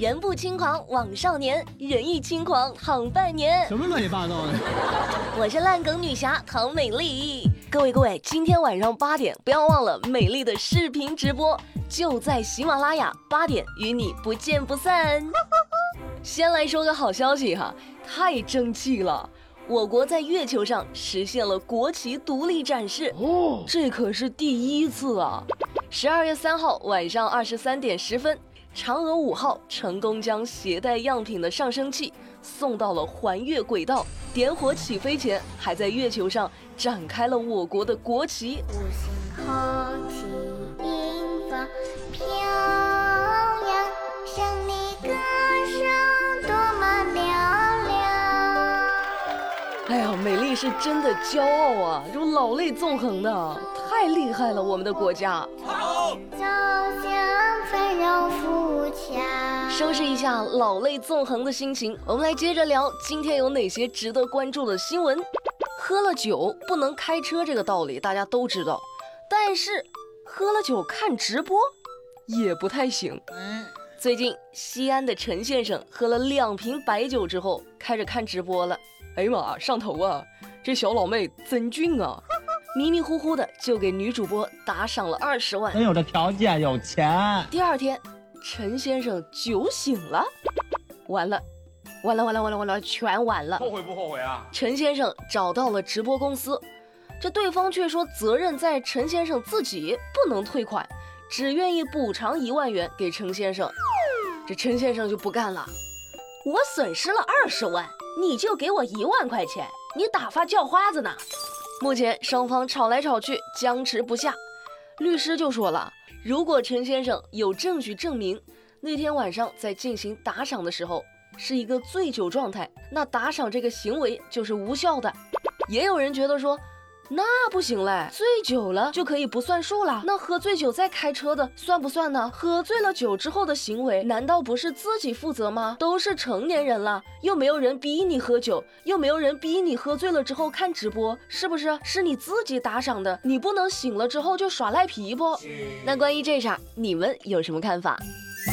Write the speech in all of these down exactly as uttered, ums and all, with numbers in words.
人不轻狂枉少年，人一轻狂躺半年。 什么乱七八糟的？ 我是烂梗女侠唐美丽。各位各位，今天晚上八点不要忘了美丽的视频直播，就在喜马拉雅，八点与你不见不散。先来说个好消息哈，太争气了！我国在月球上实现了国旗独立展示，哦，这可是第一次啊！十二月三号晚上二十三点十分，嫦娥五号成功将携带样品的上升器送到了环月轨道，点火起飞前，还在月球上展开了我国的国旗。 五星红旗迎风飘扬，胜利歌声多么嘹亮。 哎呀，美丽是真的骄傲啊，就老泪纵横的，太厉害了，我们的国家。 走向繁荣富强， 收拾一下老泪纵横的心情，我们来接着聊今天有哪些值得关注的新闻。喝了酒不能开车这个道理大家都知道，但是喝了酒看直播也不太行。最近西安的陈先生喝了两瓶白酒之后开始看直播了，哎呀妈，上头啊，这小老妹真俊啊，迷迷糊糊的就给女主播打赏了二十万， 真有这条件，有钱。 第二天陈先生酒醒了，完了完了完了完了完了，全完了。 后悔不后悔啊？ 陈先生找到了直播公司，这对方却说责任在陈先生自己，不能退款，只愿意补偿一万元给陈先生。这陈先生就不干了，我损失了二十万，你就给我一万块钱，你打发叫花子呢？目前双方吵来吵去，僵持不下。律师就说了，如果陈先生有证据证明那天晚上在进行打赏的时候是一个醉酒状态，那打赏这个行为就是无效的。也有人觉得说，那不行嘞，醉酒了就可以不算数了，那喝醉酒再开车的算不算呢？喝醉了酒之后的行为难道不是自己负责吗？都是成年人了，又没有人逼你喝酒，又没有人逼你喝醉了之后看直播，是不是？是你自己打赏的，你不能醒了之后就耍赖皮不？那关于这事儿你们有什么看法？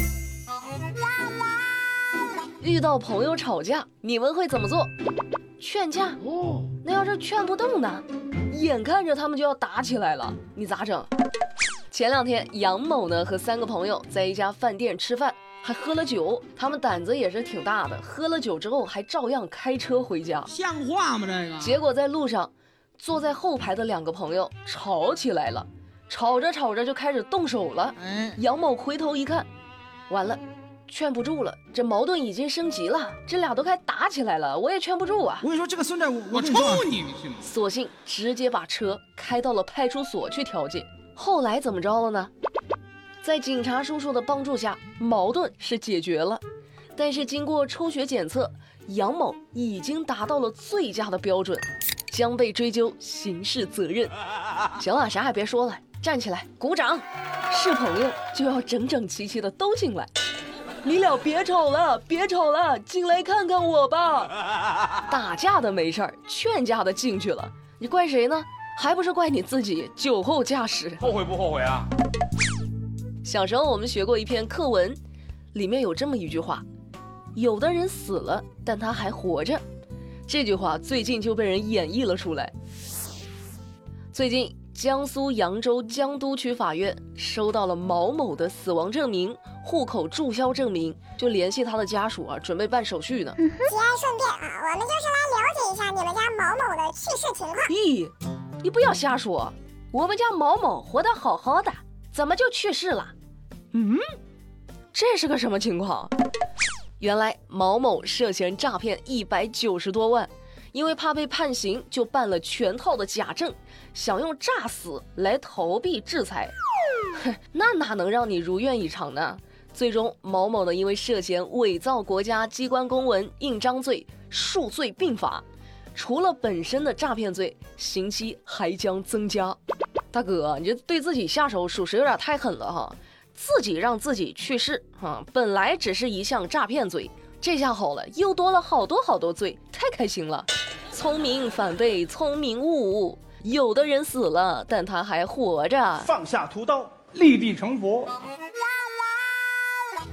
遇到朋友吵架你们会怎么做？劝架？那要是劝不动呢？眼看着他们就要打起来了，你咋整？前两天杨某呢和三个朋友在一家饭店吃饭，还喝了酒，他们胆子也是挺大的，喝了酒之后还照样开车回家， 像话吗这个？ 结果在路上坐在后排的两个朋友吵起来了，吵着吵着就开始动手了。杨某回头一看，完了，劝不住了，这矛盾已经升级了，这俩都开打起来了，我也劝不住啊！ 我跟你说，这个孙子，我我抽你！ 索性直接把车开到了派出所去调解。后来怎么着了呢？在警察叔叔的帮助下，矛盾是解决了，但是经过抽血检测，杨某已经达到了醉驾的标准，将被追究刑事责任。行了，啥也别说了，站起来鼓掌，是朋友就要整整齐齐的都进来。你俩别吵了，别吵了，进来看看我吧。打架的没事儿，劝架的进去了，你怪谁呢？还不是怪你自己酒后驾驶。 后悔不后悔啊？ 小时候我们学过一篇课文，里面有这么一句话，有的人死了，但他还活着。这句话最近就被人演绎了出来。最近江苏扬州江都区法院收到了毛某的死亡证明、户口注销证明，就联系他的家属啊，准备办手续呢。 节哀顺变啊，我们就是来了解一下你们家毛某的去世情况。 咦，你不要瞎说，我们家毛某活得好好的，怎么就去世了？嗯，这是个什么情况？原来毛某涉嫌诈骗一百九十多万，因为怕被判刑，就办了全套的假证，想用诈死来逃避制裁。那哪能让你如愿以偿呢？最终毛某呢，因为涉嫌伪造国家机关公文、印章罪，数罪并罚。除了本身的诈骗罪，刑期还将增加。大哥，你这对自己下手属实有点太狠了哈！自己让自己去世哈，本来只是一项诈骗罪，这下好了，又多了好多好多罪，太开心了。聪明反被聪明误，有的人死了，但他还活着。 放下屠刀，立地成佛。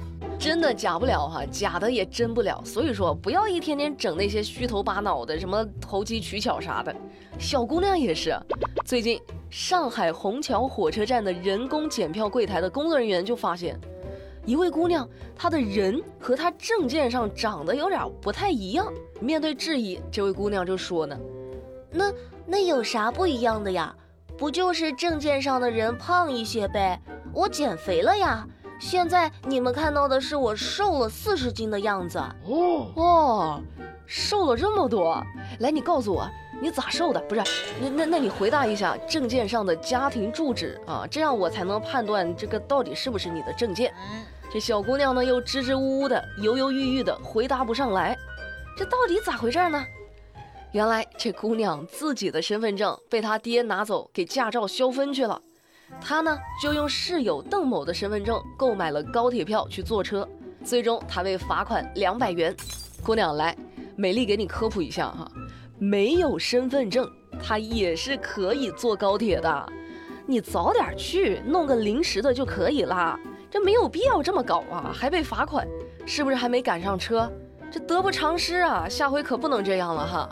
真的假不了哈，假的也真不了。所以说，不要一天天整那些虚头巴脑的，什么投机取巧啥的。小姑娘也是，最近上海虹桥火车站的人工检票柜台的工作人员就发现，一位姑娘她的人和她证件上长得有点不太一样。面对质疑，这位姑娘就说呢：“ 那那有啥不一样的呀？不就是证件上的人胖一些呗？我减肥了呀。现在你们看到的是我瘦了四十斤的样子。” 哦哦，瘦了这么多！来，你告诉我，你咋瘦的？不是，那那那你回答一下证件上的家庭住址啊，这样我才能判断这个到底是不是你的证件。这小姑娘呢，又支支吾吾的、犹犹豫豫的回答不上来，这到底咋回事呢？原来这姑娘自己的身份证被她爹拿走给驾照消分去了。他呢就用室友邓某的身份证购买了高铁票去坐车，最终他被罚款两百元。姑娘来，美丽给你科普一下哈，没有身份证他也是可以坐高铁的，你早点去弄个临时的就可以啦，这没有必要这么搞啊，还被罚款，是不是还没赶上车？这得不偿失啊，下回可不能这样了哈。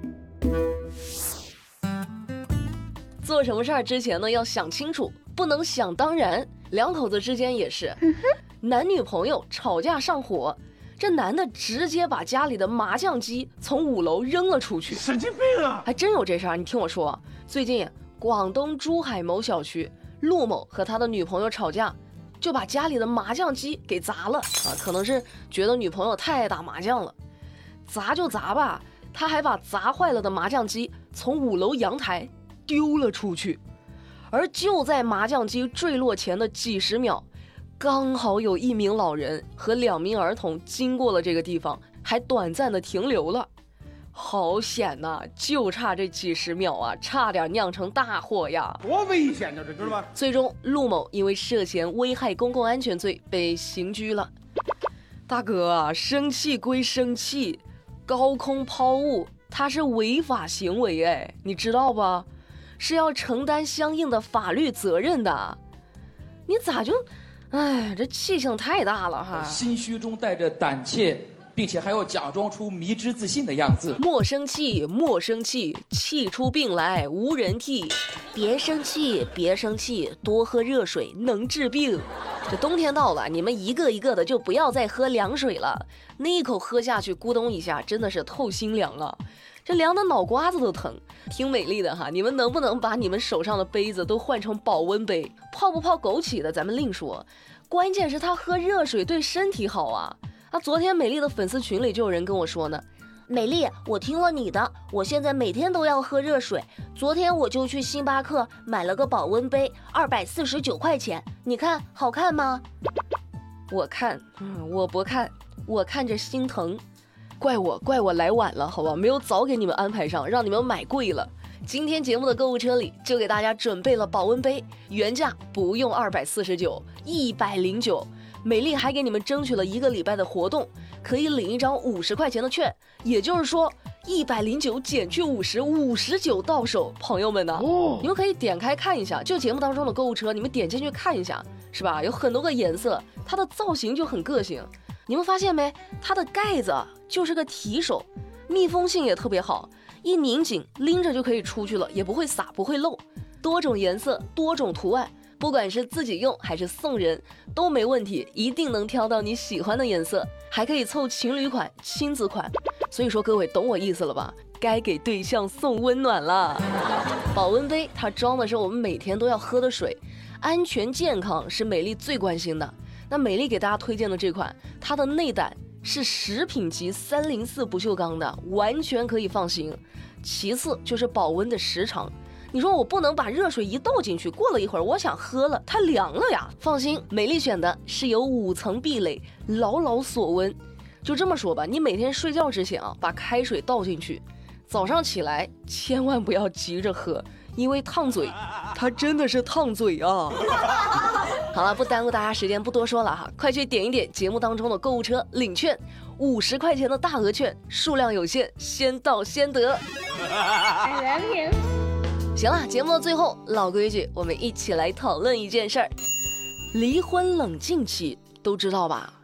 做什么事儿之前呢，要想清楚，不能想当然。两口子之间也是，男女朋友吵架上火，这男的直接把家里的麻将机从五楼扔了出去， 神经病啊！ 还真有这事儿。你听我说，最近广东珠海某小区，陆某和他的女朋友吵架，就把家里的麻将机给砸了啊！可能是觉得女朋友太爱打麻将了，砸就砸吧，他还把砸坏了的麻将机从五楼阳台丢了出去。而就在麻将机坠落前的几十秒，刚好有一名老人和两名儿童经过了这个地方，还短暂的停留了。好险呐、啊，就差这几十秒啊，差点酿成大祸呀！ 多危险呢，这知道吧？ 最终，陆某因为涉嫌危害公共安全罪被刑拘了。大哥啊，生气归生气，高空抛物它是违法行为，哎，你知道吧？是要承担相应的法律责任的。你咋就，哎，这气性太大了哈！ 心虚中带着胆怯，并且还要假装出迷之自信的样子。 莫生气，莫生气，气出病来无人替。别生气，别生气，多喝热水能治病。这冬天到了，你们一个一个的就不要再喝凉水了，那一口喝下去，咕咚一下，真的是透心凉啊！这凉的脑瓜子都疼。挺美丽的哈，你们能不能把你们手上的杯子都换成保温杯？泡不泡枸杞的咱们另说，关键是他喝热水对身体好啊！啊，昨天美丽的粉丝群里就有人跟我说呢， 美丽，我听了你的，我现在每天都要喝热水。昨天我就去星巴克买了个保温杯，二百四十九块钱，你看好看吗？ 我看，嗯，我不看，我看着心疼。怪我，怪我来晚了，好吧，没有早给你们安排上，让你们买贵了。今天节目的购物车里就给大家准备了保温杯，原价不用二百四十九，一百零九。美丽还给你们争取了一个礼拜的活动，可以领一张五十块钱的券，也就是说一百零九减去五十，五十九到手。朋友们呢、哦，你们可以点开看一下，就节目当中的购物车，你们点进去看一下，是吧？有很多个颜色，它的造型就很个性。你们发现没？它的盖子就是个提手，密封性也特别好，一拧紧拎着就可以出去了，也不会洒，不会漏。多种颜色，多种图案，不管是自己用还是送人都没问题，一定能挑到你喜欢的颜色，还可以凑情侣款、亲子款。所以说各位懂我意思了吧？该给对象送温暖了。保温杯它装的是我们每天都要喝的水，安全健康是美丽最关心的。那美丽给大家推荐的这款，它的内胆是食品级三零四不锈钢的，完全可以放心。其次就是保温的时长，你说我不能把热水一倒进去，过了一会儿我想喝了，它凉了呀。放心，美丽选的是有五层壁垒，牢牢锁温。就这么说吧，你每天睡觉之前啊，把开水倒进去，早上起来千万不要急着喝，因为烫嘴，它真的是烫嘴啊。好了，不耽误大家时间，不多说了哈，快去点一点节目当中的购物车领券，五十块钱的大额券，数量有限，先到先得。I love you。行了，节目的最后，老规矩，我们一起来讨论一件事儿：离婚冷静期，都知道吧？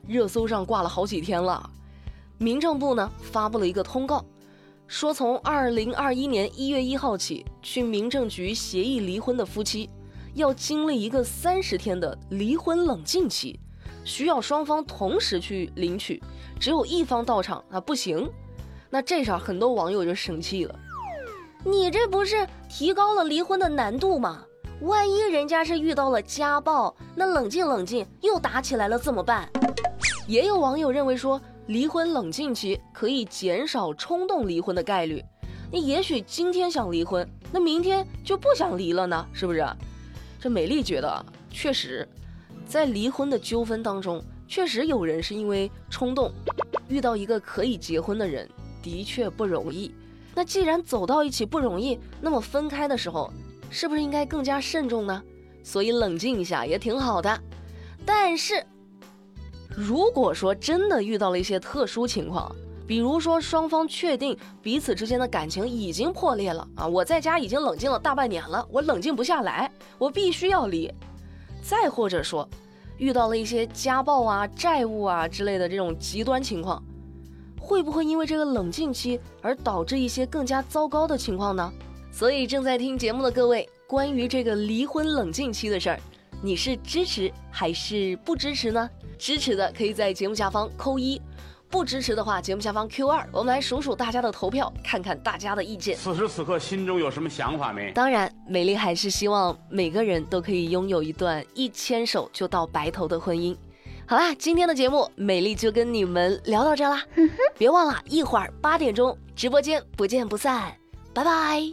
热搜上挂了好几天了。民政部呢发布了一个通告，说从二零二一年一月一号起，去民政局协议离婚的夫妻要经历一个三十天的离婚冷静期，需要双方同时去领取，只有一方到场啊不行。那这下很多网友就生气了， 你这不是提高了离婚的难度吗？万一人家是遇到了家暴，那冷静冷静又打起来了怎么办？ 也有网友认为说，离婚冷静期可以减少冲动离婚的概率。你也许今天想离婚，那明天就不想离了呢，是不是？这美丽觉得，确实，在离婚的纠纷当中，确实有人是因为冲动遇到一个可以结婚的人，的确不容易。那既然走到一起不容易，那么分开的时候，是不是应该更加慎重呢？所以冷静一下也挺好的。但是，如果说真的遇到了一些特殊情况，比如说双方确定彼此之间的感情已经破裂了啊，我在家已经冷静了大半年了，我冷静不下来，我必须要离。再或者说，遇到了一些家暴啊、债务啊之类的这种极端情况，会不会因为这个冷静期而导致一些更加糟糕的情况呢？所以正在听节目的各位，关于这个离婚冷静期的事儿，你是支持还是不支持呢？支持的可以在节目下方扣一，不支持的话节目下方 Q 二，我们来数数大家的投票，看看大家的意见。 此时此刻心中有什么想法没？ 当然，美丽还是希望每个人都可以拥有一段一牵手就到白头的婚姻。好啦，今天的节目美丽就跟你们聊到这啦，别忘了一会儿八点钟直播间不见不散，拜拜。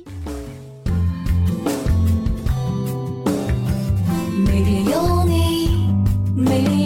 每天有你，每天